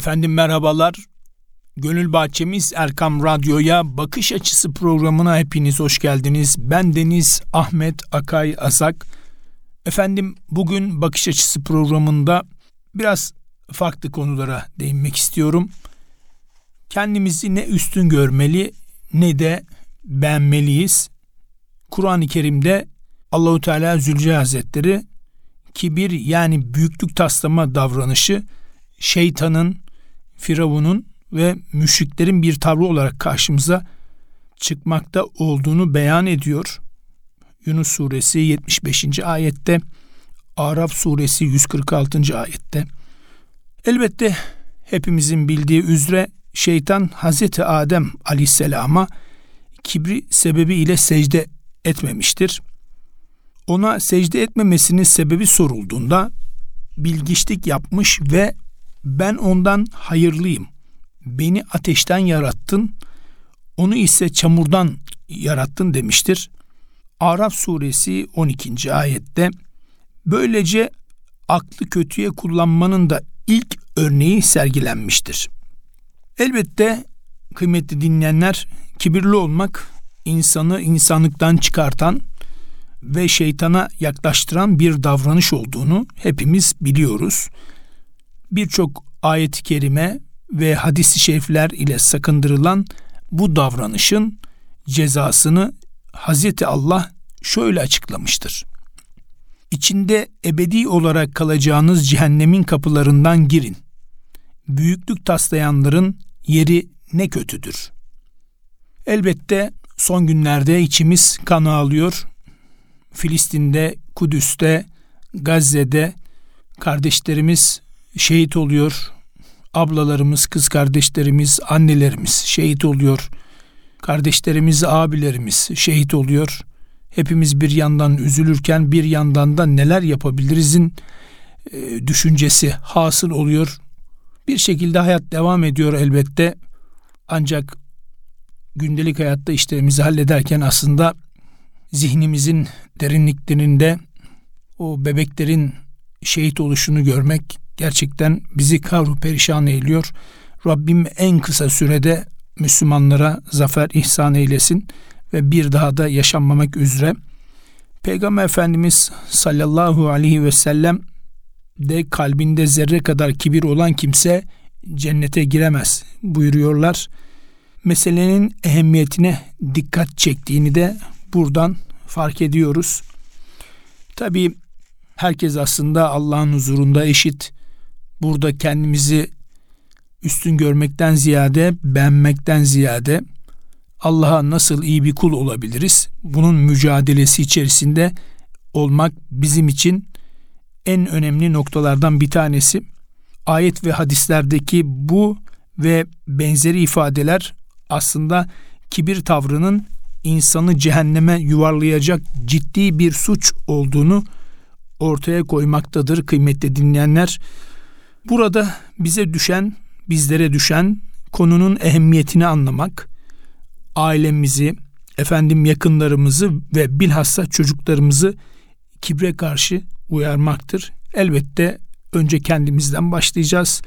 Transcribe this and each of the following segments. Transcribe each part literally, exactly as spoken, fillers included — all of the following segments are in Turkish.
Efendim merhabalar. Gönül Bahçemiz Erkam Radyo'ya Bakış Açısı programına hepiniz hoş geldiniz. Ben Deniz Ahmet Akay Asak. Efendim bugün Bakış Açısı programında biraz farklı konulara değinmek istiyorum. Kendimizi ne üstün görmeli ne de beğenmeliyiz. Kur'an-ı Kerim'de Allahu Teala Zülcelal Hazretleri kibir yani büyüklük taslama davranışı şeytanın, Firavun'un ve müşriklerin bir tavrı olarak karşımıza çıkmakta olduğunu beyan ediyor. Yunus suresi yetmiş beşinci ayette, Araf suresi yüz kırk altıncı ayette. Elbette hepimizin bildiği üzere şeytan Hazreti Adem aleyhisselama kibri sebebiyle secde etmemiştir. Ona secde etmemesinin sebebi sorulduğunda bilgiçlik yapmış ve ben ondan hayırlıyım, beni ateşten yarattın, onu ise çamurdan yarattın demiştir. Araf suresi on ikinci ayette böylece aklı kötüye kullanmanın da ilk örneği sergilenmiştir. Elbette kıymetli dinleyenler, kibirli olmak insanı insanlıktan çıkartan ve şeytana yaklaştıran bir davranış olduğunu hepimiz biliyoruz. Birçok ayet-i kerime ve hadis-i şerifler ile sakındırılan bu davranışın cezasını Hazreti Allah şöyle açıklamıştır. İçinde ebedi olarak kalacağınız cehennemin kapılarından girin. Büyüklük taslayanların yeri ne kötüdür. Elbette son günlerde içimiz kan ağlıyor. Filistin'de, Kudüs'te, Gazze'de kardeşlerimiz şehit oluyor. Ablalarımız, kız kardeşlerimiz, annelerimiz şehit oluyor. Kardeşlerimiz, abilerimiz şehit oluyor. Hepimiz bir yandan üzülürken bir yandan da neler yapabilirizin e, düşüncesi hasıl oluyor. Bir şekilde hayat devam ediyor elbette. Ancak gündelik hayatta işlerimizi hallederken aslında zihnimizin derinliklerinde o bebeklerin şehit oluşunu görmek gerçekten bizi kahru perişan eyliyor. Rabbim en kısa sürede Müslümanlara zafer ihsan eylesin ve bir daha da yaşanmamak üzere. Peygamber Efendimiz sallallahu aleyhi ve sellem de kalbinde zerre kadar kibir olan kimse cennete giremez buyuruyorlar. Meselenin ehemmiyetine dikkat çektiğini de buradan fark ediyoruz. Tabii herkes aslında Allah'ın huzurunda eşit. Burada kendimizi üstün görmekten ziyade, beğenmekten ziyade Allah'a nasıl iyi bir kul olabiliriz? Bunun mücadelesi içerisinde olmak bizim için en önemli noktalardan bir tanesi. Ayet ve hadislerdeki bu ve benzeri ifadeler aslında kibir tavrının insanı cehenneme yuvarlayacak ciddi bir suç olduğunu ortaya koymaktadır kıymetli dinleyenler. Burada bize düşen, bizlere düşen konunun ehemmiyetini anlamak, ailemizi, efendim yakınlarımızı ve bilhassa çocuklarımızı kibre karşı uyarmaktır. Elbette önce kendimizden başlayacağız.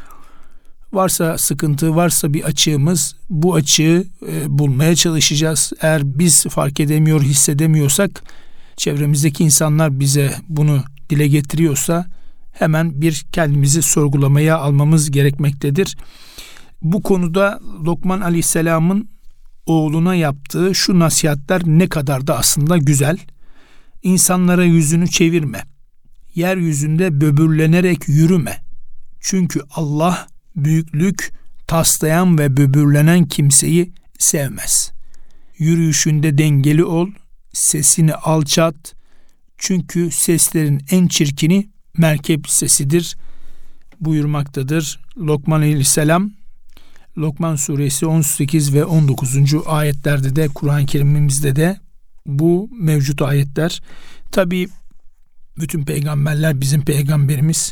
Varsa sıkıntı, varsa bir açığımız, bu açığı e, bulmaya çalışacağız. Eğer biz fark edemiyor, hissedemiyorsak, çevremizdeki insanlar bize bunu dile getiriyorsa hemen bir kendimizi sorgulamaya almamız gerekmektedir. Bu konuda Lokman Aleyhisselam'ın oğluna yaptığı şu nasihatler ne kadar da aslında güzel. İnsanlara yüzünü çevirme. Yeryüzünde böbürlenerek yürüme. Çünkü Allah büyüklük taslayan ve böbürlenen kimseyi sevmez. Yürüyüşünde dengeli ol, sesini alçalt. Çünkü seslerin en çirkini merkep sesidir buyurmaktadır Lokman Aleyhisselam. Lokman suresi on sekiz ve on dokuzuncu ayetlerde de Kur'an-ı Kerim'imizde de bu mevcut ayetler. Tabii bütün peygamberler bizim peygamberimiz.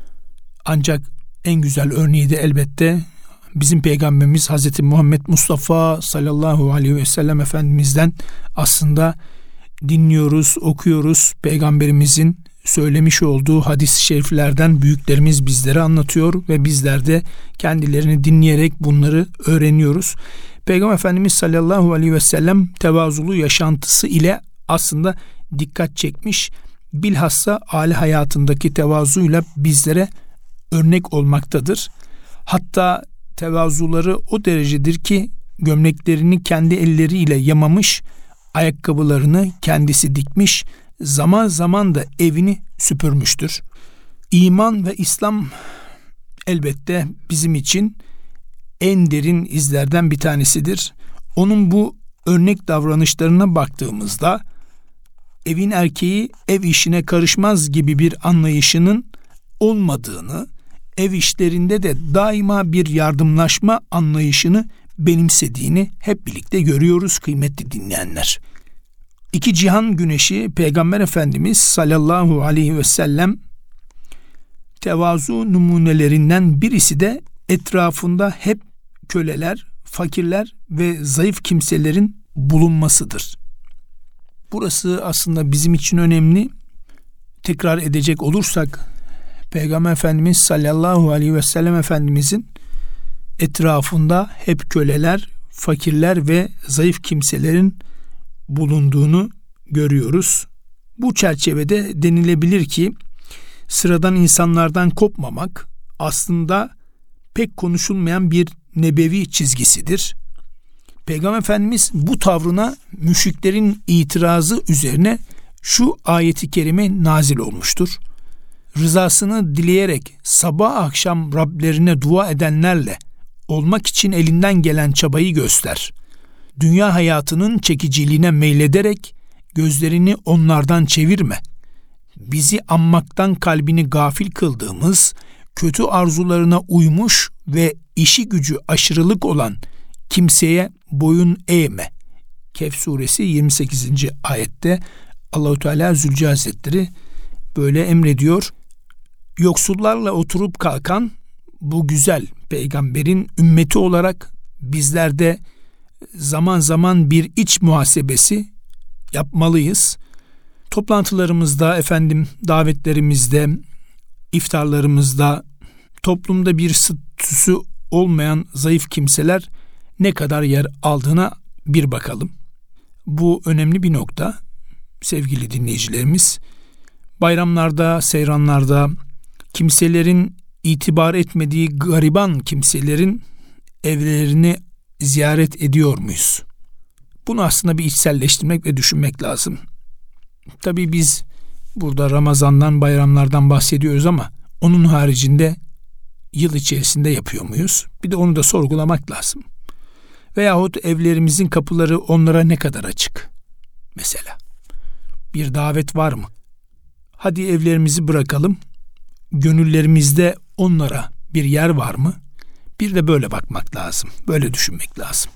Ancak en güzel örneği de elbette bizim peygamberimiz Hazreti Muhammed Mustafa sallallahu aleyhi ve sellem Efendimiz'den aslında dinliyoruz, okuyoruz peygamberimizin söylemiş olduğu hadis-i şeriflerden büyüklerimiz bizlere anlatıyor ve bizler de kendilerini dinleyerek bunları öğreniyoruz. Peygamber Efendimiz sallallahu aleyhi ve sellem tevazulu yaşantısı ile aslında dikkat çekmiş. Bilhassa aile hayatındaki tevazuyla bizlere örnek olmaktadır. Hatta tevazuları o derecedir ki gömleklerini kendi elleriyle yamamış, ayakkabılarını kendisi dikmiş, zaman zaman da evini süpürmüştür. İman ve İslam elbette bizim için en derin izlerden bir tanesidir. Onun bu örnek davranışlarına baktığımızda evin erkeği ev işine karışmaz gibi bir anlayışının olmadığını, ev işlerinde de daima bir yardımlaşma anlayışını benimsediğini hep birlikte görüyoruz kıymetli dinleyenler. İki cihan güneşi Peygamber Efendimiz sallallahu aleyhi ve sellem tevazu numunelerinden birisi de etrafında hep köleler, fakirler ve zayıf kimselerin bulunmasıdır. Burası aslında bizim için önemli. Tekrar edecek olursak Peygamber Efendimiz sallallahu aleyhi ve sellem Efendimizin etrafında hep köleler, fakirler ve zayıf kimselerin bulunduğunu görüyoruz. Bu çerçevede denilebilir ki sıradan insanlardan kopmamak aslında pek konuşulmayan bir nebevi çizgisidir. Peygamber Efendimiz bu tavrına müşriklerin itirazı üzerine şu ayeti kerime nazil olmuştur. Rızasını dileyerek sabah akşam Rablerine dua edenlerle olmak için elinden gelen çabayı göster. Dünya hayatının çekiciliğine meylederek gözlerini onlardan çevirme. Bizi anmaktan kalbini gafil kıldığımız, kötü arzularına uymuş ve işi gücü aşırılık olan kimseye boyun eğme. Kehf suresi yirmi sekizinci ayette Allahu Teala Zülcelal Hazretleri böyle emrediyor. Yoksullarla oturup kalkan bu güzel peygamberin ümmeti olarak bizler de zaman zaman bir iç muhasebesi yapmalıyız. Toplantılarımızda, efendim davetlerimizde, iftarlarımızda toplumda bir statüsü olmayan zayıf kimseler ne kadar yer aldığına bir bakalım. Bu önemli bir nokta sevgili dinleyicilerimiz. Bayramlarda, seyranlarda kimselerin itibar etmediği gariban kimselerin evlerini ziyaret ediyor muyuz? Bunu aslında bir içselleştirmek ve düşünmek lazım. Tabii biz burada Ramazan'dan, bayramlardan bahsediyoruz ama onun haricinde yıl içerisinde yapıyor muyuz? Bir de onu da sorgulamak lazım. Veyahut evlerimizin kapıları onlara ne kadar açık? Mesela bir davet var mı? Hadi evlerimizi bırakalım. Gönüllerimizde onlara bir yer var mı? Bir de böyle bakmak lazım. Böyle düşünmek lazım.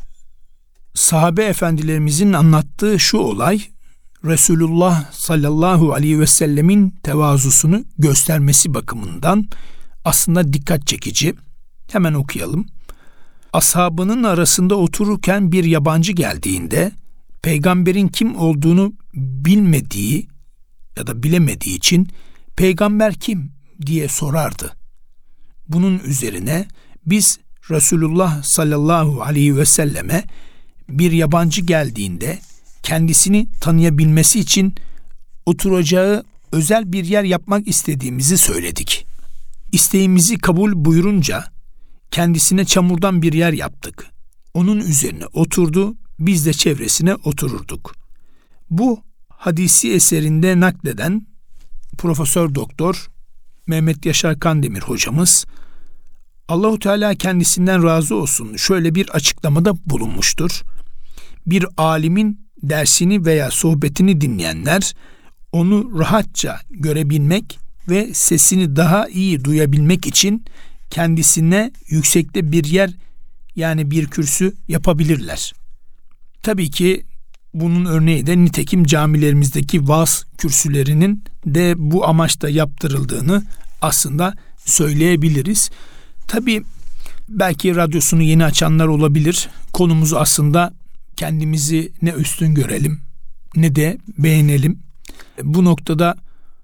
Sahabe efendilerimizin anlattığı şu olay, Resulullah sallallahu aleyhi ve sellemin tevazusunu göstermesi bakımından aslında dikkat çekici. Hemen okuyalım. Ashabının arasında otururken bir yabancı geldiğinde peygamberin kim olduğunu bilmediği ya da bilemediği için peygamber kim diye sorardı. Bunun üzerine biz Resulullah sallallahu aleyhi ve selleme bir yabancı geldiğinde kendisini tanıyabilmesi için oturacağı özel bir yer yapmak istediğimizi söyledik. İsteğimizi kabul buyurunca kendisine çamurdan bir yer yaptık. Onun üzerine oturdu, biz de çevresine otururduk. Bu hadisi eserinde nakleden Profesör Doktor Mehmet Yaşar Kandemir hocamız Allahu Teala kendisinden razı olsun şöyle bir açıklamada bulunmuştur. Bir alimin dersini veya sohbetini dinleyenler onu rahatça görebilmek ve sesini daha iyi duyabilmek için kendisine yüksekte bir yer yani bir kürsü yapabilirler. Tabii ki bunun örneği de nitekim camilerimizdeki vaaz kürsülerinin de bu amaçla yaptırıldığını aslında söyleyebiliriz. Tabii belki radyosunu yeni açanlar olabilir. Konumuzu aslında kendimizi ne üstün görelim ne de beğenelim. Bu noktada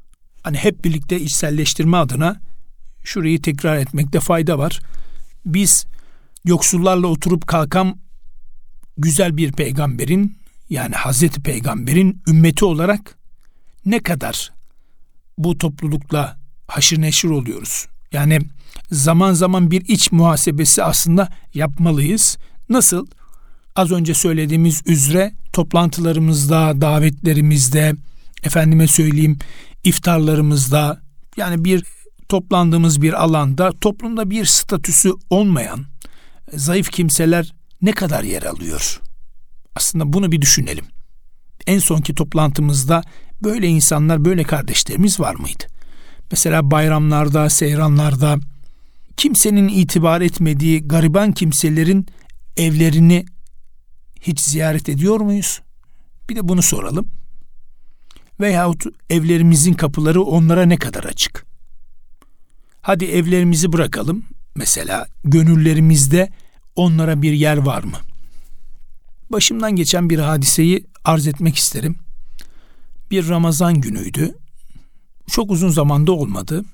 hani hep birlikte içselleştirme adına şurayı tekrar etmekte fayda var. Biz yoksullarla oturup kalkan güzel bir peygamberin, yani Hazreti Peygamber'in ümmeti olarak ne kadar bu toplulukla haşır neşir oluyoruz? Yani zaman zaman bir iç muhasebesi aslında yapmalıyız. Nasıl? Az önce söylediğimiz üzere toplantılarımızda, davetlerimizde, efendime söyleyeyim iftarlarımızda, yani bir toplandığımız bir alanda toplumda bir statüsü olmayan zayıf kimseler ne kadar yer alıyor? Aslında bunu bir düşünelim. En sonki toplantımızda böyle insanlar, böyle kardeşlerimiz var mıydı? Mesela bayramlarda, seyranlarda kimsenin itibar etmediği gariban kimselerin evlerini hiç ziyaret ediyor muyuz? Bir de bunu soralım. Veyahut evlerimizin kapıları onlara ne kadar açık? Hadi evlerimizi bırakalım. Mesela gönüllerimizde onlara bir yer var mı? Başımdan geçen bir hadiseyi arz etmek isterim. Bir Ramazan günüydü. Çok uzun zamanda olmadı.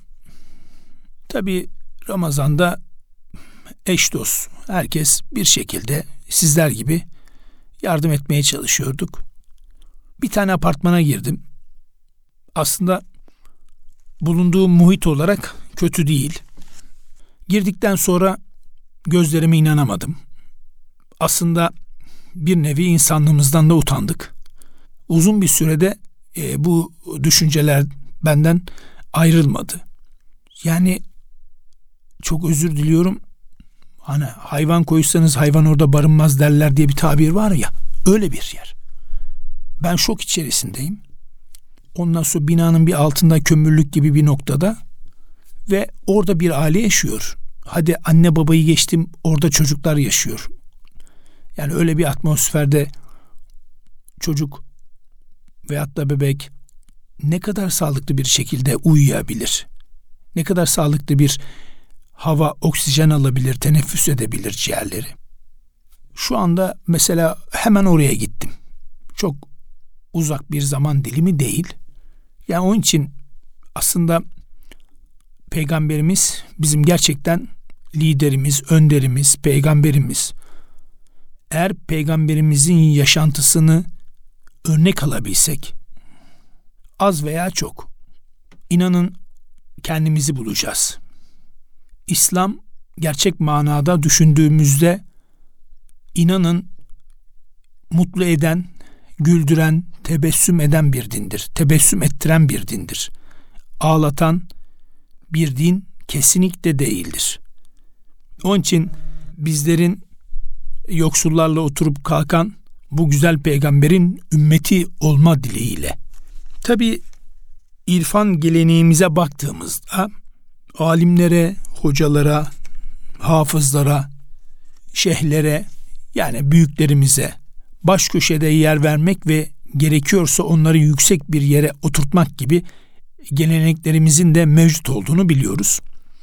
Tabii Ramazan'da eş dost, herkes bir şekilde sizler gibi yardım etmeye çalışıyorduk. Bir tane apartmana girdim. Aslında bulunduğum muhit olarak kötü değil. Girdikten sonra gözlerime inanamadım. Aslında bir nevi insanlığımızdan da utandık. Uzun bir sürede e, bu düşünceler benden ayrılmadı. Yani çok özür diliyorum. Hani hayvan koysanız hayvan orada barınmaz derler diye bir tabir var ya. Öyle bir yer. Ben şok içerisindeyim. Ondan sonra binanın bir altında kömürlük gibi bir noktada ve orada bir aile yaşıyor. Hadi anne babayı geçtim, orada çocuklar yaşıyor. Yani öyle bir atmosferde çocuk veyahut da bebek ne kadar sağlıklı bir şekilde uyuyabilir? Ne kadar sağlıklı bir hava, oksijen alabilir, teneffüs edebilir ciğerleri? Şu anda mesela hemen oraya gittim. Çok uzak bir zaman dilimi değil. Yani onun için aslında Peygamberimiz bizim gerçekten liderimiz, önderimiz, peygamberimiz. Eğer peygamberimizin yaşantısını örnek alabilsek, az veya çok, inanın kendimizi bulacağız. İslam gerçek manada düşündüğümüzde inanın mutlu eden, güldüren, tebessüm eden bir dindir. Tebessüm ettiren bir dindir. Ağlatan bir din kesinlikle değildir. Onun için bizlerin yoksullarla oturup kalkan bu güzel peygamberin ümmeti olma dileğiyle. Tabii irfan geleneğimize baktığımızda alimlere, hocalara, hafızlara, şeyhlere, yani büyüklerimize baş köşede yer vermek ve gerekiyorsa onları yüksek bir yere oturtmak gibi geleneklerimizin de mevcut olduğunu biliyoruz.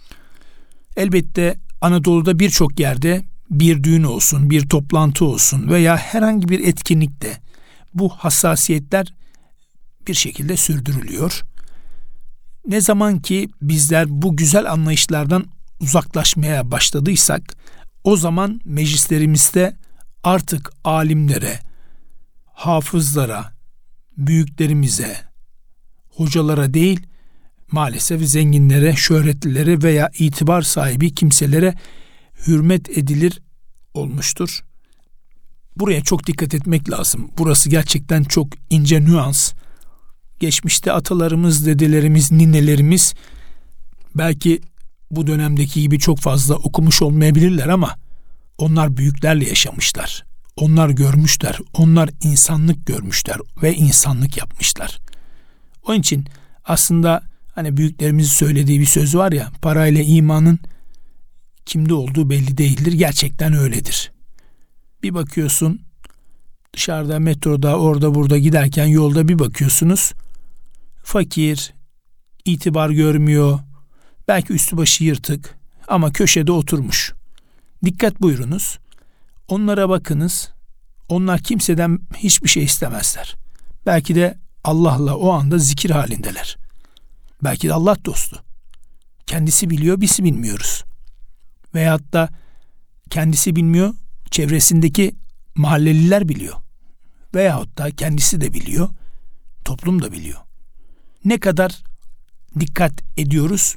Elbette Anadolu'da birçok yerde bir düğün olsun, bir toplantı olsun veya herhangi bir etkinlikte bu hassasiyetler bir şekilde sürdürülüyor. Ne zaman ki bizler bu güzel anlayışlardan uzaklaşmaya başladıysak, o zaman meclislerimizde artık alimlere, hafızlara, büyüklerimize, hocalara değil, maalesef zenginlere, şöhretlilere veya itibar sahibi kimselere hürmet edilir olmuştur. Buraya çok dikkat etmek lazım. Burası gerçekten çok ince nüans. Geçmişte atalarımız, dedelerimiz, ninelerimiz belki bu dönemdeki gibi çok fazla okumuş olmayabilirler ama onlar büyüklerle yaşamışlar. Onlar görmüşler. Onlar insanlık görmüşler ve insanlık yapmışlar. Onun için aslında hani büyüklerimizin söylediği bir söz var ya, parayla imanın kimde olduğu belli değildir. Gerçekten öyledir. Bir bakıyorsun dışarıda, metroda, orada burada giderken yolda bir bakıyorsunuz fakir, itibar görmüyor, belki üstü başı yırtık ama köşede oturmuş. Dikkat buyurunuz. Onlara bakınız. Onlar kimseden hiçbir şey istemezler. Belki de Allah'la o anda zikir halindeler. Belki de Allah dostu. Kendisi biliyor, biz bilmiyoruz. Veyahut da kendisi bilmiyor, çevresindeki mahalleliler biliyor. Veyahut da kendisi de biliyor, toplum da biliyor. Ne kadar dikkat ediyoruz?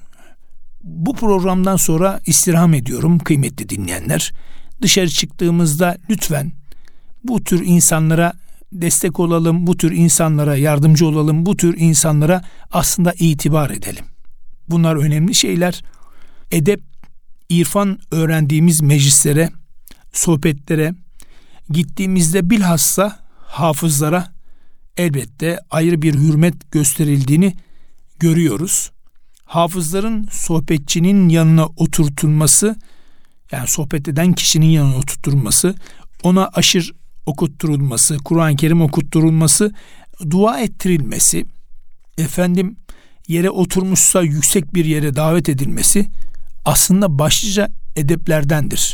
Bu programdan sonra istirham ediyorum kıymetli dinleyenler. Dışarı çıktığımızda lütfen bu tür insanlara destek olalım, bu tür insanlara yardımcı olalım, bu tür insanlara aslında itibar edelim. Bunlar önemli şeyler. Edep, irfan öğrendiğimiz meclislere, sohbetlere gittiğimizde bilhassa hafızlara elbette ayrı bir hürmet gösterildiğini görüyoruz. Hafızların sohbetçinin yanına oturtulması, yani sohbet eden kişinin yanına oturtulması, ona aşır okutturulması, Kur'an-ı Kerim okutturulması, dua ettirilmesi, efendim yere oturmuşsa yüksek bir yere davet edilmesi aslında başlıca edeplerdendir.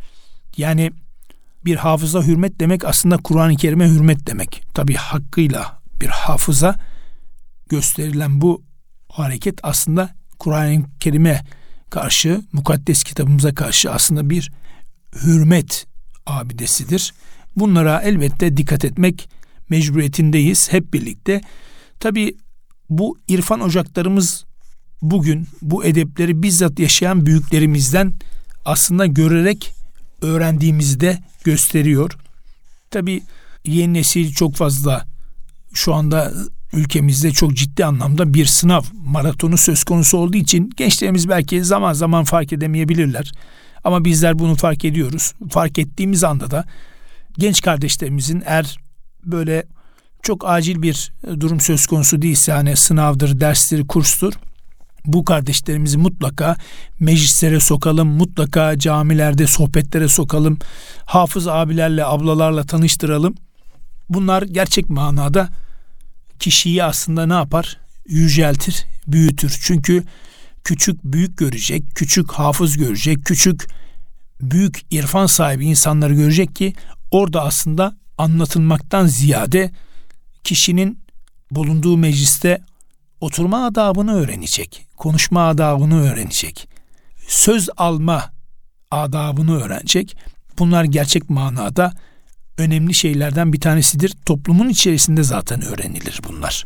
Yani bir hafıza hürmet demek aslında Kur'an-ı Kerim'e hürmet demek. Tabii hakkıyla bir hafıza gösterilen bu hareket aslında Kur'an-ı Kerim'e karşı, mukaddes kitabımıza karşı aslında bir hürmet abidesidir. Bunlara elbette dikkat etmek mecburiyetindeyiz hep birlikte. Tabii bu irfan ocaklarımız bugün bu edepleri bizzat yaşayan büyüklerimizden aslında görerek öğrendiğimizi de gösteriyor. Tabii yeni nesil çok fazla şu anda ülkemizde çok ciddi anlamda bir sınav maratonu söz konusu olduğu için gençlerimiz belki zaman zaman fark edemeyebilirler. Ama bizler bunu fark ediyoruz. Fark ettiğimiz anda da genç kardeşlerimizin eğer böyle çok acil bir durum söz konusu değilse, hani sınavdır, derstir, kurstur, bu kardeşlerimizi mutlaka meclislere sokalım, mutlaka camilerde sohbetlere sokalım, hafız abilerle, ablalarla tanıştıralım. Bunlar gerçek manada kişiyi aslında ne yapar? Yüceltir, büyütür. Çünkü küçük büyük görecek, küçük hafız görecek, küçük büyük irfan sahibi insanları görecek ki orada aslında anlatılmaktan ziyade kişinin bulunduğu mecliste oturma adabını öğrenecek, konuşma adabını öğrenecek, söz alma adabını öğrenecek. Bunlar gerçek manada önemli şeylerden bir tanesidir. Toplumun içerisinde zaten öğrenilir bunlar.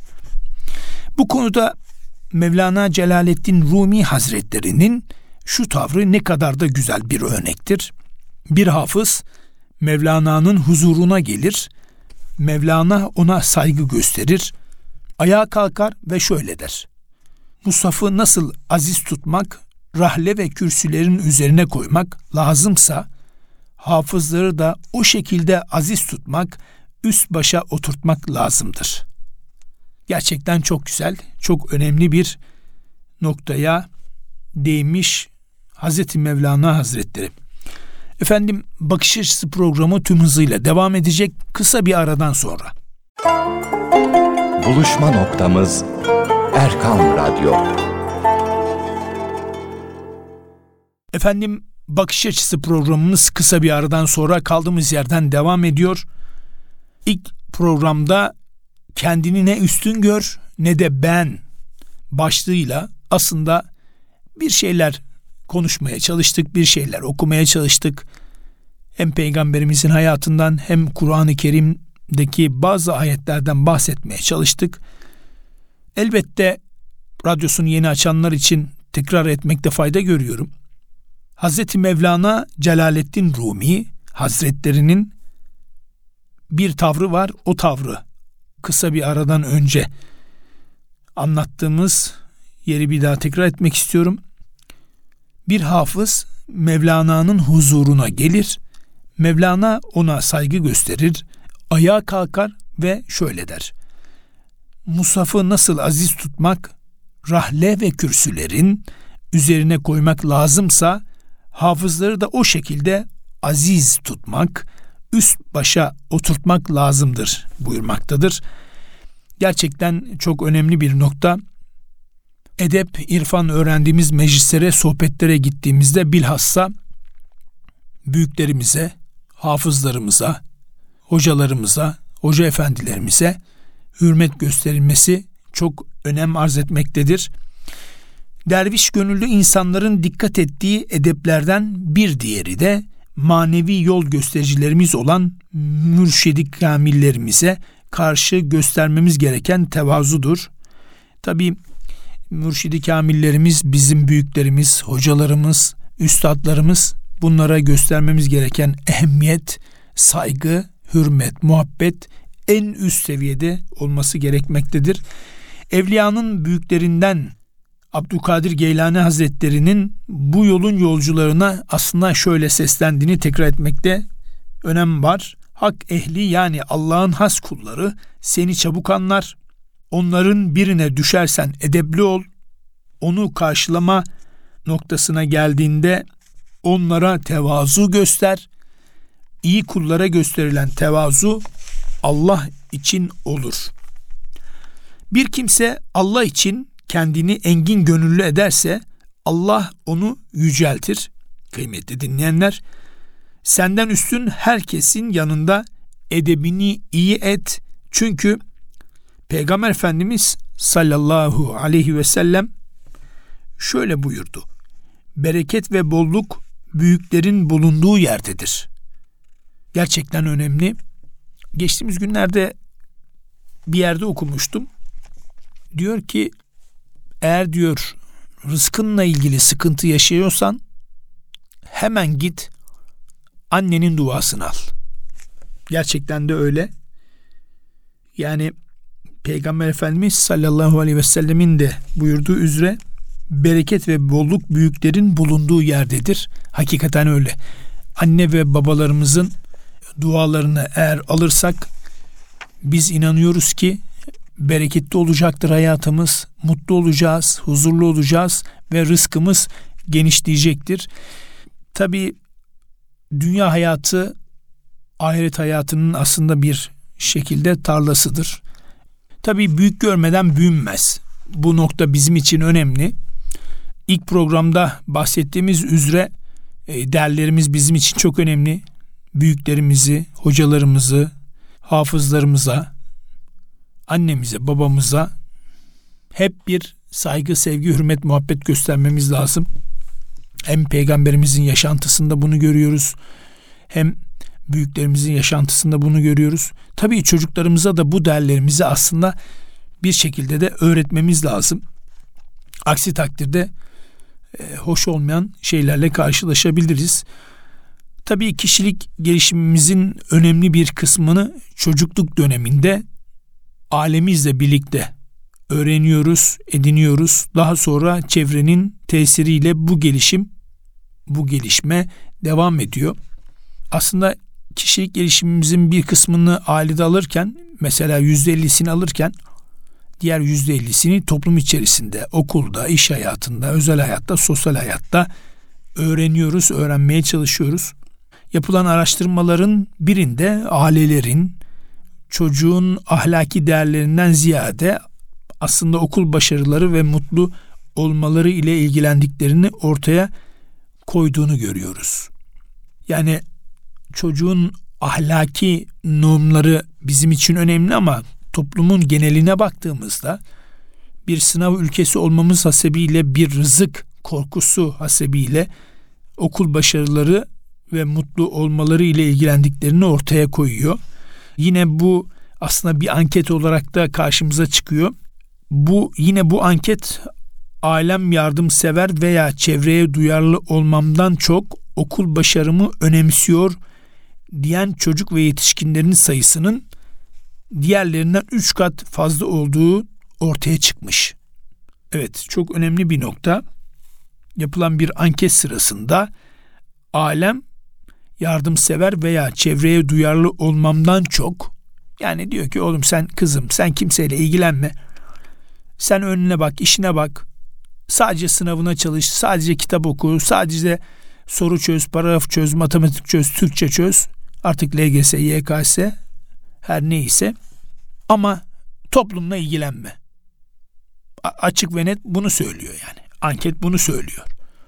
Bu konuda Mevlana Celaleddin Rumi Hazretleri'nin şu tavrı ne kadar da güzel bir örnektir. Bir hafız Mevlana'nın huzuruna gelir, Mevlana ona saygı gösterir, ayağa kalkar ve şöyle der: Mushaf'ı nasıl aziz tutmak, rahle ve kürsülerin üzerine koymak lazımsa, hafızları da o şekilde aziz tutmak, üst başa oturtmak lazımdır. Gerçekten çok güzel, çok önemli bir noktaya değinmiş Hazreti Mevlana Hazretleri. Efendim, Bakış Açısı programı tüm hızıyla devam edecek kısa bir aradan sonra. Buluşma noktamız Erkam Radyo. Efendim, Bakış Açısı programımız kısa bir aradan sonra kaldığımız yerden devam ediyor. İlk programda kendini ne üstün gör ne de ben başlığıyla aslında bir şeyler konuşmaya çalıştık, bir şeyler okumaya çalıştık. Hem Peygamberimizin hayatından hem Kur'an-ı Kerim'deki bazı ayetlerden bahsetmeye çalıştık. Elbette radyosunu yeni açanlar için tekrar etmekte fayda görüyorum. Hazreti Mevlana Celaleddin Rumi Hazretlerinin bir tavrı var. O tavrı kısa bir aradan önce anlattığımız yeri bir daha tekrar etmek istiyorum. Bir hafız Mevlana'nın huzuruna gelir, Mevlana ona saygı gösterir, ayağa kalkar ve şöyle der: Mushaf'ı nasıl aziz tutmak, rahle ve kürsülerin üzerine koymak lazımsa, hafızları da o şekilde aziz tutmak, üst başa oturtmak lazımdır buyurmaktadır. Gerçekten çok önemli bir nokta. Edep, irfan öğrendiğimiz meclislere, sohbetlere gittiğimizde bilhassa büyüklerimize, hafızlarımıza, hocalarımıza, hoca efendilerimize hürmet gösterilmesi çok önem arz etmektedir. Derviş gönüllü insanların dikkat ettiği edeplerden bir diğeri de manevi yol göstericilerimiz olan mürşidi kamillerimize karşı göstermemiz gereken tevazudur. Tabii mürşidi kamillerimiz bizim büyüklerimiz, hocalarımız, üstadlarımız. Bunlara göstermemiz gereken ehemmiyet, saygı, hürmet, muhabbet en üst seviyede olması gerekmektedir. Evliyanın büyüklerinden Abdülkadir Geylani Hazretleri'nin bu yolun yolcularına aslında şöyle seslendiğini tekrar etmekte önem var. Hak ehli, yani Allah'ın has kulları seni çabuk anlar. Onların birine düşersen edepli ol. Onu karşılama noktasına geldiğinde onlara tevazu göster. İyi kullara gösterilen tevazu Allah için olur. Bir kimse Allah için kendini engin gönüllü ederse Allah onu yüceltir. Kıymetli dinleyenler, senden üstün herkesin yanında edebini iyi et. Çünkü Peygamber Efendimiz sallallahu aleyhi ve sellem şöyle buyurdu: bereket ve bolluk büyüklerin bulunduğu yerdedir. Gerçekten önemli. Geçtiğimiz günlerde bir yerde okumuştum. Diyor ki, eğer diyor rızkınla ilgili sıkıntı yaşıyorsan hemen git annenin duasını al. Gerçekten de öyle. Yani Peygamber Efendimiz sallallahu aleyhi ve sellemin de buyurduğu üzere bereket ve bolluk büyüklerin bulunduğu yerdedir. Hakikaten öyle. Anne ve babalarımızın dualarını eğer alırsak biz inanıyoruz ki bereketli olacaktır hayatımız, mutlu olacağız, huzurlu olacağız ve rızkımız genişleyecektir. Tabii dünya hayatı ahiret hayatının aslında bir şekilde tarlasıdır. Tabii büyük görmeden büyünmez. Bu nokta bizim için önemli. İlk programda bahsettiğimiz üzere değerlerimiz bizim için çok önemli. Büyüklerimizi, hocalarımızı, hafızlarımıza, annemize, babamıza hep bir saygı, sevgi, hürmet, muhabbet göstermemiz lazım. Hem Peygamberimizin yaşantısında bunu görüyoruz, hem büyüklerimizin yaşantısında bunu görüyoruz. Tabii çocuklarımıza da bu değerlerimizi aslında bir şekilde de öğretmemiz lazım. Aksi takdirde e, hoş olmayan şeylerle karşılaşabiliriz. Tabii kişilik gelişimimizin önemli bir kısmını çocukluk döneminde ailemizle birlikte öğreniyoruz, ediniyoruz. Daha sonra çevrenin tesiriyle bu gelişim, bu gelişme devam ediyor. Aslında kişilik gelişimimizin bir kısmını ailede alırken, mesela yüzde ellisini alırken diğer yüzde ellisini toplum içerisinde, okulda, iş hayatında, özel hayatta, sosyal hayatta öğreniyoruz, öğrenmeye çalışıyoruz. Yapılan araştırmaların birinde ailelerin çocuğun ahlaki değerlerinden ziyade aslında okul başarıları ve mutlu olmaları ile ilgilendiklerini ortaya koyduğunu görüyoruz. Yani çocuğun ahlaki normları bizim için önemli ama toplumun geneline baktığımızda bir sınav ülkesi olmamız hasebiyle, bir rızık korkusu hasebiyle okul başarıları ve mutlu olmaları ile ilgilendiklerini ortaya koyuyor. Yine bu aslında bir anket olarak da karşımıza çıkıyor. Bu yine bu anket ailem yardımsever veya çevreye duyarlı olmamdan çok okul başarımı önemsiyor diyen çocuk ve yetişkinlerin sayısının diğerlerinden üç kat fazla olduğu ortaya çıkmış. Evet, çok önemli bir nokta. Yapılan bir anket sırasında ailem yardımsever veya çevreye duyarlı olmamdan çok, yani diyor ki oğlum sen, kızım sen kimseyle ilgilenme. Sen önüne bak, işine bak. Sadece sınavına çalış, sadece kitap oku, sadece soru çöz, paragraf çöz, matematik çöz, Türkçe çöz. Artık L G S, Y K S her neyse. Ama toplumla ilgilenme. A- açık ve net bunu söylüyor yani. Anket bunu söylüyor.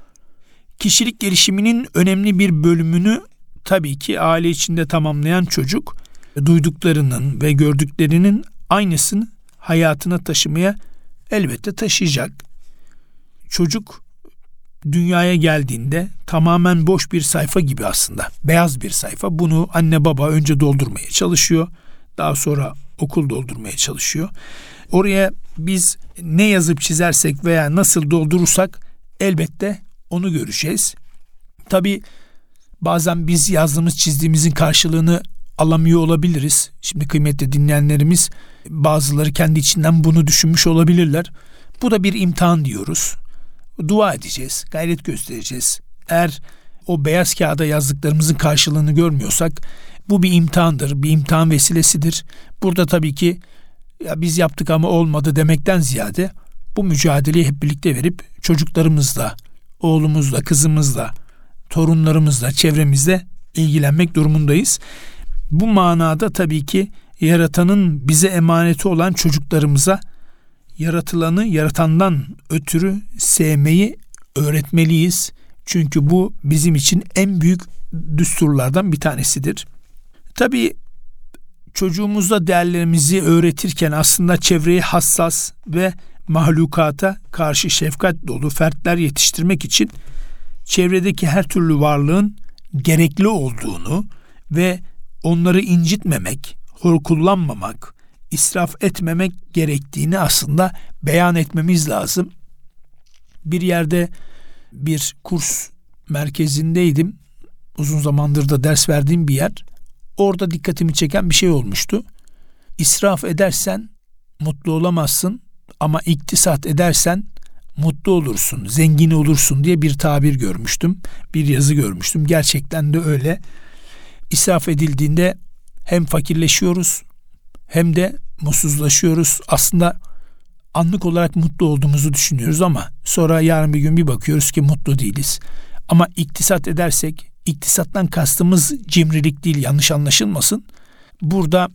Kişilik gelişiminin önemli bir bölümünü tabii ki aile içinde tamamlayan çocuk, duyduklarının ve gördüklerinin aynısını hayatına taşımaya elbette taşıyacak. çocuk dünyaya geldiğinde tamamen boş bir sayfa gibi aslında. Beyaz bir sayfa. Bunu anne baba önce doldurmaya çalışıyor. Daha sonra okul doldurmaya çalışıyor. Oraya biz ne yazıp çizersek veya nasıl doldurursak elbette onu göreceğiz. Tabii bazen biz yazdığımız çizdiğimizin karşılığını alamıyor olabiliriz. Şimdi kıymetli dinleyenlerimiz bazıları kendi içinden bunu düşünmüş olabilirler. Bu da bir imtihan diyoruz. Dua edeceğiz, gayret göstereceğiz. Eğer o beyaz kağıda yazdıklarımızın karşılığını görmüyorsak bu bir imtihandır, bir imtihan vesilesidir. Burada tabii ki ya biz yaptık ama olmadı demekten ziyade bu mücadeleyi hep birlikte verip çocuklarımızla, oğlumuzla, kızımızla, torunlarımızla, çevremizle ilgilenmek durumundayız. Bu manada tabii ki Yaratan'ın bize emaneti olan çocuklarımıza yaratılanı yaratandan ötürü sevmeyi öğretmeliyiz. Çünkü bu bizim için en büyük düsturlardan bir tanesidir. Tabii çocuğumuza değerlerimizi öğretirken aslında çevreye hassas ve mahlukata karşı şefkat dolu fertler yetiştirmek için çevredeki her türlü varlığın gerekli olduğunu ve onları incitmemek, hor kullanmamak, israf etmemek gerektiğini aslında beyan etmemiz lazım. Bir yerde bir kurs merkezindeydim. Uzun zamandır da ders verdiğim bir yer. Orada dikkatimi çeken bir şey olmuştu. İsraf edersen mutlu olamazsın ama iktisat edersen mutlu olursun, zengin olursun diye bir tabir görmüştüm. Bir yazı görmüştüm. Gerçekten de öyle. İsraf edildiğinde hem fakirleşiyoruz hem de mutsuzlaşıyoruz. Aslında anlık olarak mutlu olduğumuzu düşünüyoruz ama sonra yarın bir gün bir bakıyoruz ki mutlu değiliz. Ama iktisat edersek, iktisattan kastımız cimrilik değil, yanlış anlaşılmasın. Burada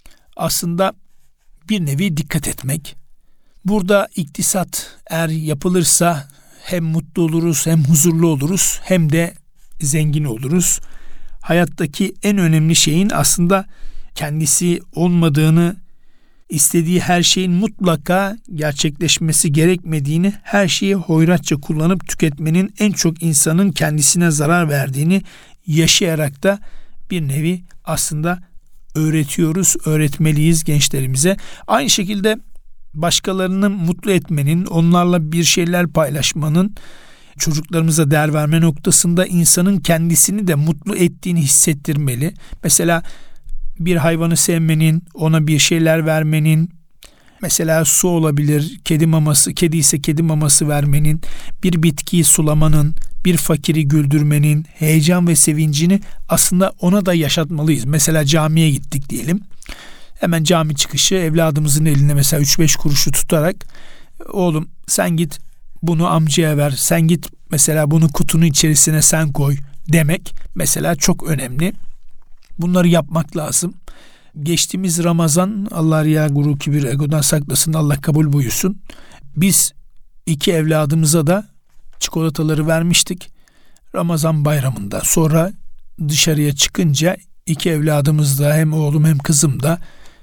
aslında bir nevi dikkat etmek. Burada iktisat eğer yapılırsa hem mutlu oluruz, hem huzurlu oluruz, hem de zengin oluruz. Hayattaki en önemli şeyin aslında kendisi olmadığını, istediği her şeyin mutlaka gerçekleşmesi gerekmediğini, her şeyi hoyratça kullanıp tüketmenin en çok insanın kendisine zarar verdiğini yaşayarak da bir nevi aslında öğretiyoruz, öğretmeliyiz gençlerimize. Aynı şekilde başkalarını mutlu etmenin, onlarla bir şeyler paylaşmanın, çocuklarımıza değer verme noktasında insanın kendisini de mutlu ettiğini hissettirmeli. Mesela bir hayvanı sevmenin, ona bir şeyler vermenin, mesela su olabilir, kedi maması, kedi ise kedi maması vermenin, bir bitkiyi sulamanın, bir fakiri güldürmenin heyecan ve sevincini aslında ona da yaşatmalıyız. Mesela camiye gittik diyelim. Hemen cami çıkışı evladımızın eline mesela üç beş kuruşu tutarak, oğlum sen git bunu amcaya ver, sen git mesela bunu kutunun içerisine sen koy demek mesela çok önemli. Bunları yapmak lazım. Geçtiğimiz Ramazan, Allah riya, gurur, kibir, egodan saklasın, Allah kabul buyursun. Biz iki evladımıza da çikolataları vermiştik. Ramazan bayramında sonra dışarıya çıkınca iki evladımız da, hem oğlum hem kızım da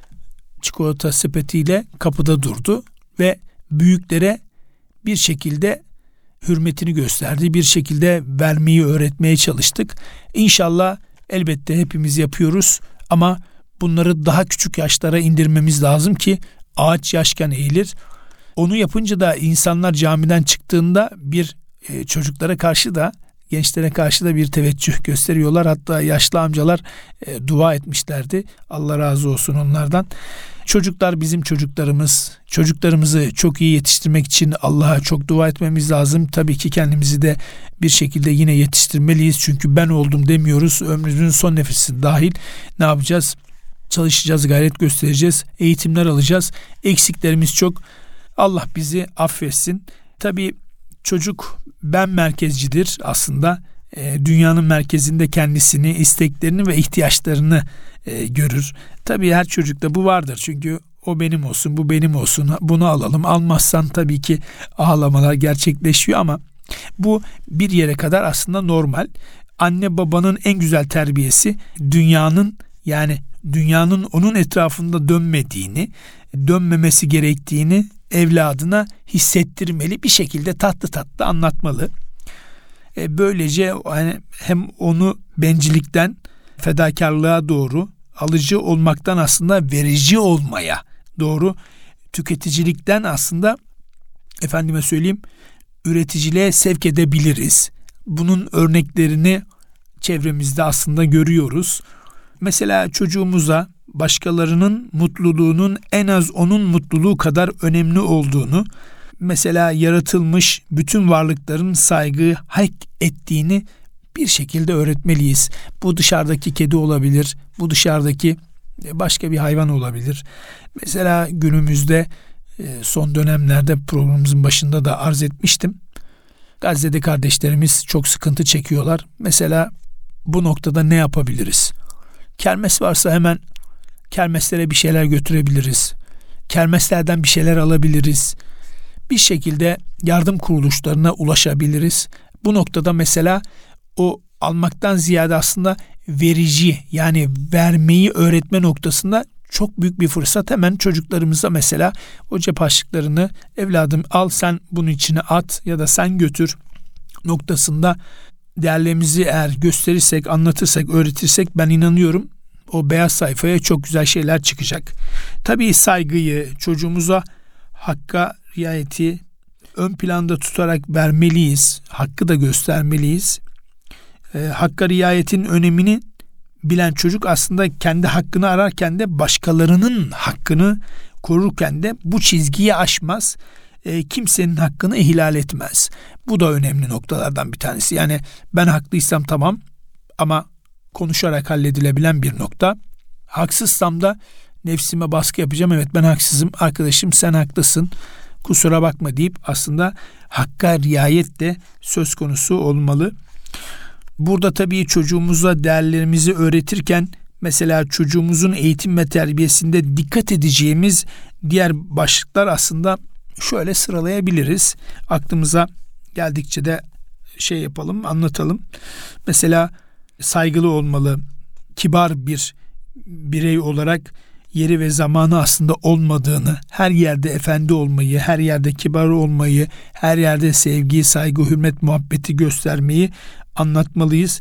çikolata sepetiyle kapıda durdu ve büyüklere bir şekilde hürmetini gösterdi. Bir şekilde vermeyi öğretmeye çalıştık. İnşallah elbette hepimiz yapıyoruz ama bunları daha küçük yaşlara indirmemiz lazım ki ağaç yaşken eğilir. Onu yapınca da insanlar camiden çıktığında bir e, çocuklara karşı da, gençlere karşı da bir teveccüh gösteriyorlar. Hatta yaşlı amcalar e, dua etmişlerdi. Allah razı olsun onlardan. Çocuklar bizim çocuklarımız. Çocuklarımızı çok iyi yetiştirmek için Allah'a çok dua etmemiz lazım. Tabii ki kendimizi de bir şekilde yine yetiştirmeliyiz. Çünkü ben oldum demiyoruz. Ömrümüzün son nefesi dahil ne yapacağız? Çalışacağız, gayret göstereceğiz. Eğitimler alacağız. Eksiklerimiz çok. Allah bizi affetsin. Tabii çocuk ben merkezcidir aslında. E, dünyanın merkezinde kendisini, isteklerini ve ihtiyaçlarını e, görür. Tabii her çocukta bu vardır. Çünkü o benim olsun, bu benim olsun, bunu alalım. Almazsan tabii ki ağlamalar gerçekleşiyor ama bu bir yere kadar aslında normal. Anne babanın en güzel terbiyesi dünyanın, yani dünyanın onun etrafında dönmediğini, dönmemesi gerektiğini evladına hissettirmeli, bir şekilde tatlı tatlı anlatmalı. E, böylece hani hem onu bencillikten fedakarlığa doğru, alıcı olmaktan aslında verici olmaya doğru, tüketicilikten aslında efendime söyleyeyim üreticiliğe sevk edebiliriz. Bunun örneklerini çevremizde aslında görüyoruz. Mesela çocuğumuza başkalarının mutluluğunun en az onun mutluluğu kadar önemli olduğunu, mesela yaratılmış bütün varlıkların saygı hak ettiğini bir şekilde öğretmeliyiz. Bu dışarıdaki kedi olabilir, bu dışarıdaki başka bir hayvan olabilir. Mesela günümüzde son dönemlerde programımızın başında da arz etmiştim. Gazze'de kardeşlerimiz çok sıkıntı çekiyorlar. Mesela bu noktada ne yapabiliriz? Kermes varsa hemen kermeslere bir şeyler götürebiliriz. Kermeslerden bir şeyler alabiliriz. Bir şekilde yardım kuruluşlarına ulaşabiliriz. Bu noktada mesela o almaktan ziyade aslında verici, yani vermeyi öğretme noktasında çok büyük bir fırsat. Hemen çocuklarımıza mesela o cep harçlıklarını evladım al sen bunun içine at ya da sen götür noktasında değerlerimizi eğer gösterirsek, anlatırsak, öğretirsek ben inanıyorum o beyaz sayfaya çok güzel şeyler çıkacak. Tabii saygıyı, çocuğumuza hakka riayeti ön planda tutarak vermeliyiz. Hakkı da göstermeliyiz. E, hakka riayetin önemini bilen çocuk aslında kendi hakkını ararken de başkalarının hakkını korurken de bu çizgiyi aşmaz. E, kimsenin hakkını ihlal etmez. Bu da önemli noktalardan bir tanesi. Yani ben haklıysam tamam ama konuşarak halledilebilen bir nokta. Haksızsam da nefsime baskı yapacağım. Evet ben haksızım. Arkadaşım sen haklısın. Kusura bakma deyip aslında hakka riayet de söz konusu olmalı. Burada tabii çocuğumuza değerlerimizi öğretirken mesela çocuğumuzun eğitim ve terbiyesinde dikkat edeceğimiz diğer başlıklar aslında şöyle sıralayabiliriz. Aklımıza geldikçe de şey yapalım, anlatalım. Mesela saygılı olmalı, kibar bir birey olarak yeri ve zamanı aslında olmadığını, her yerde efendi olmayı, her yerde kibar olmayı, her yerde sevgi, saygı, hürmet, muhabbeti göstermeyi anlatmalıyız.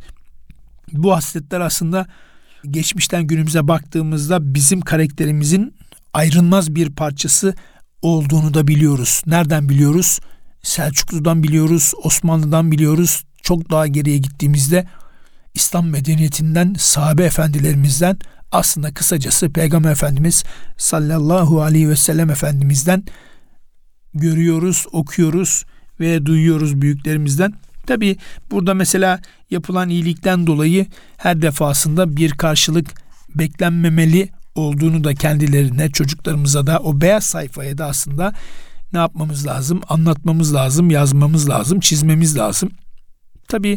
Bu hasletler aslında geçmişten günümüze baktığımızda bizim karakterimizin ayrılmaz bir parçası olduğunu da biliyoruz. Nereden biliyoruz? Selçuklu'dan biliyoruz, Osmanlı'dan biliyoruz. Çok daha geriye gittiğimizde İslam medeniyetinden, sahabe efendilerimizden, aslında kısacası Peygamber Efendimiz sallallahu aleyhi ve sellem Efendimiz'den görüyoruz, okuyoruz ve duyuyoruz büyüklerimizden. Tabii burada mesela yapılan iyilikten dolayı her defasında bir karşılık beklenmemeli olduğunu da kendilerine, çocuklarımıza da o beyaz sayfaya da aslında ne yapmamız lazım? Anlatmamız lazım, yazmamız lazım, çizmemiz lazım. Tabii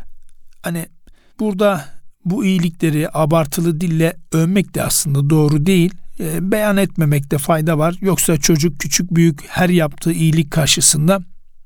hani burada bu iyilikleri abartılı dille övmek de aslında doğru değil. E, beyan etmemekte fayda var. Yoksa çocuk küçük büyük her yaptığı iyilik karşısında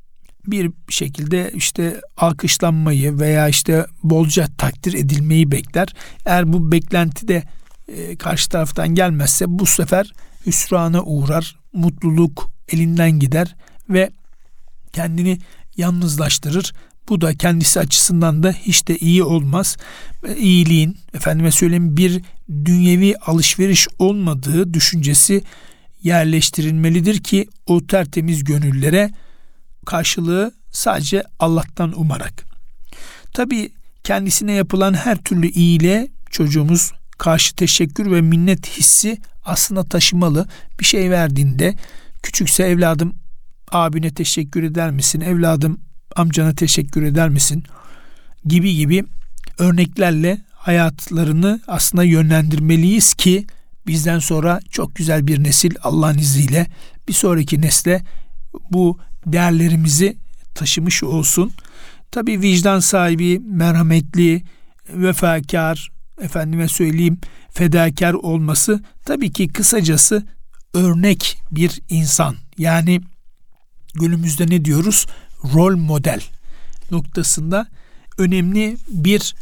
bir şekilde işte alkışlanmayı veya işte bolca takdir edilmeyi bekler. Eğer bu beklenti de e, karşı taraftan gelmezse bu sefer hüsrana uğrar, mutluluk elinden gider ve kendini yalnızlaştırır. Bu da kendisi açısından da hiç de iyi olmaz. İyiliğin, efendime söyleyeyim, bir dünyevi alışveriş olmadığı düşüncesi yerleştirilmelidir ki o tertemiz gönüllere karşılığı sadece Allah'tan umarak. Tabii kendisine yapılan her türlü iyiliğe çocuğumuz karşı teşekkür ve minnet hissi aslında taşımalı. Bir şey verdiğinde küçükse evladım abine teşekkür eder misin? Evladım amcana teşekkür eder misin? Gibi gibi örneklerle hayatlarını aslında yönlendirmeliyiz ki bizden sonra çok güzel bir nesil Allah'ın izniyle bir sonraki nesle bu değerlerimizi taşımış olsun. Tabii vicdan sahibi, merhametli, vefakar, efendime söyleyeyim fedakar olması tabii ki kısacası örnek bir insan. Yani günümüzde ne diyoruz? Rol model noktasında önemli bir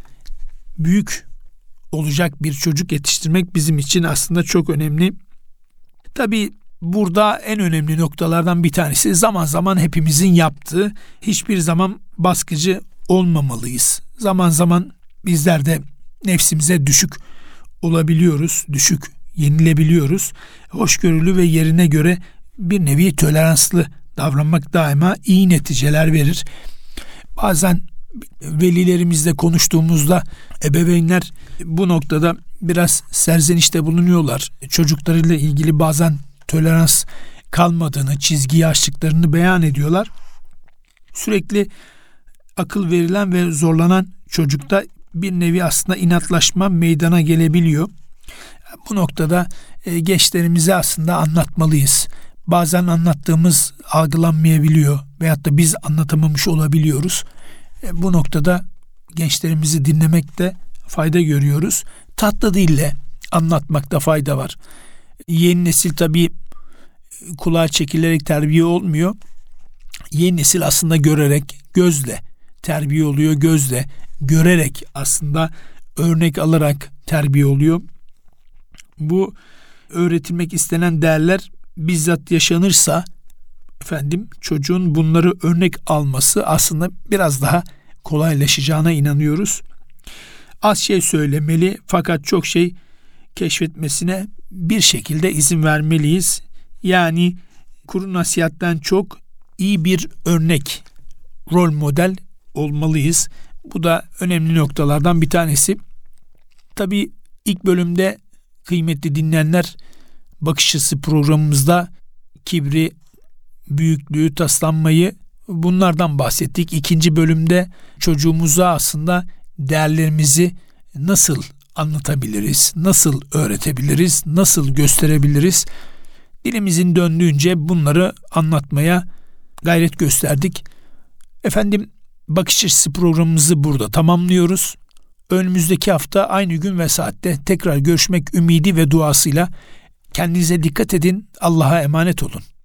büyük olacak bir çocuk yetiştirmek bizim için aslında çok önemli. Tabii burada en önemli noktalardan bir tanesi zaman zaman hepimizin yaptığı, hiçbir zaman baskıcı olmamalıyız. Zaman zaman bizler de nefsimize düşük olabiliyoruz, düşük yenilebiliyoruz. Hoşgörülü ve yerine göre bir nevi toleranslı davranmak daima iyi neticeler verir. Bazen velilerimizle konuştuğumuzda ebeveynler bu noktada biraz serzenişte bulunuyorlar. Çocuklarıyla ilgili bazen tolerans kalmadığını, çizgiyi aştıklarını beyan ediyorlar. Sürekli akıl verilen ve zorlanan çocukta bir nevi aslında inatlaşma meydana gelebiliyor. Bu noktada e, gençlerimize aslında anlatmalıyız. Bazen anlattığımız algılanmayabiliyor veyahut da biz anlatamamış olabiliyoruz. E, bu noktada gençlerimizi dinlemekte fayda görüyoruz. Tatlı dille anlatmakta fayda var. Yeni nesil tabii kulağa çekilerek terbiye olmuyor. Yeni nesil aslında görerek, gözle terbiye oluyor. Gözle, görerek aslında örnek alarak terbiye oluyor. Bu öğretilmek istenen değerler bizzat yaşanırsa efendim çocuğun bunları örnek alması aslında biraz daha kolaylaşacağına inanıyoruz. Az şey söylemeli fakat çok şey keşfetmesine bir şekilde izin vermeliyiz. Yani kuru nasihatten çok iyi bir örnek, rol model olmalıyız. Bu da önemli noktalardan bir tanesi. Tabii ilk bölümde kıymetli dinleyenler, Bakış Açısı programımızda kibri, büyüklüğü, taslanmayı, bunlardan bahsettik. İkinci bölümde çocuğumuza aslında değerlerimizi nasıl anlatabiliriz, nasıl öğretebiliriz, nasıl gösterebiliriz? Dilimizin döndüğünce bunları anlatmaya gayret gösterdik. Efendim, Bakış Açısı programımızı burada tamamlıyoruz. Önümüzdeki hafta aynı gün ve saatte tekrar görüşmek ümidi ve duasıyla kendinize dikkat edin. Allah'a emanet olun.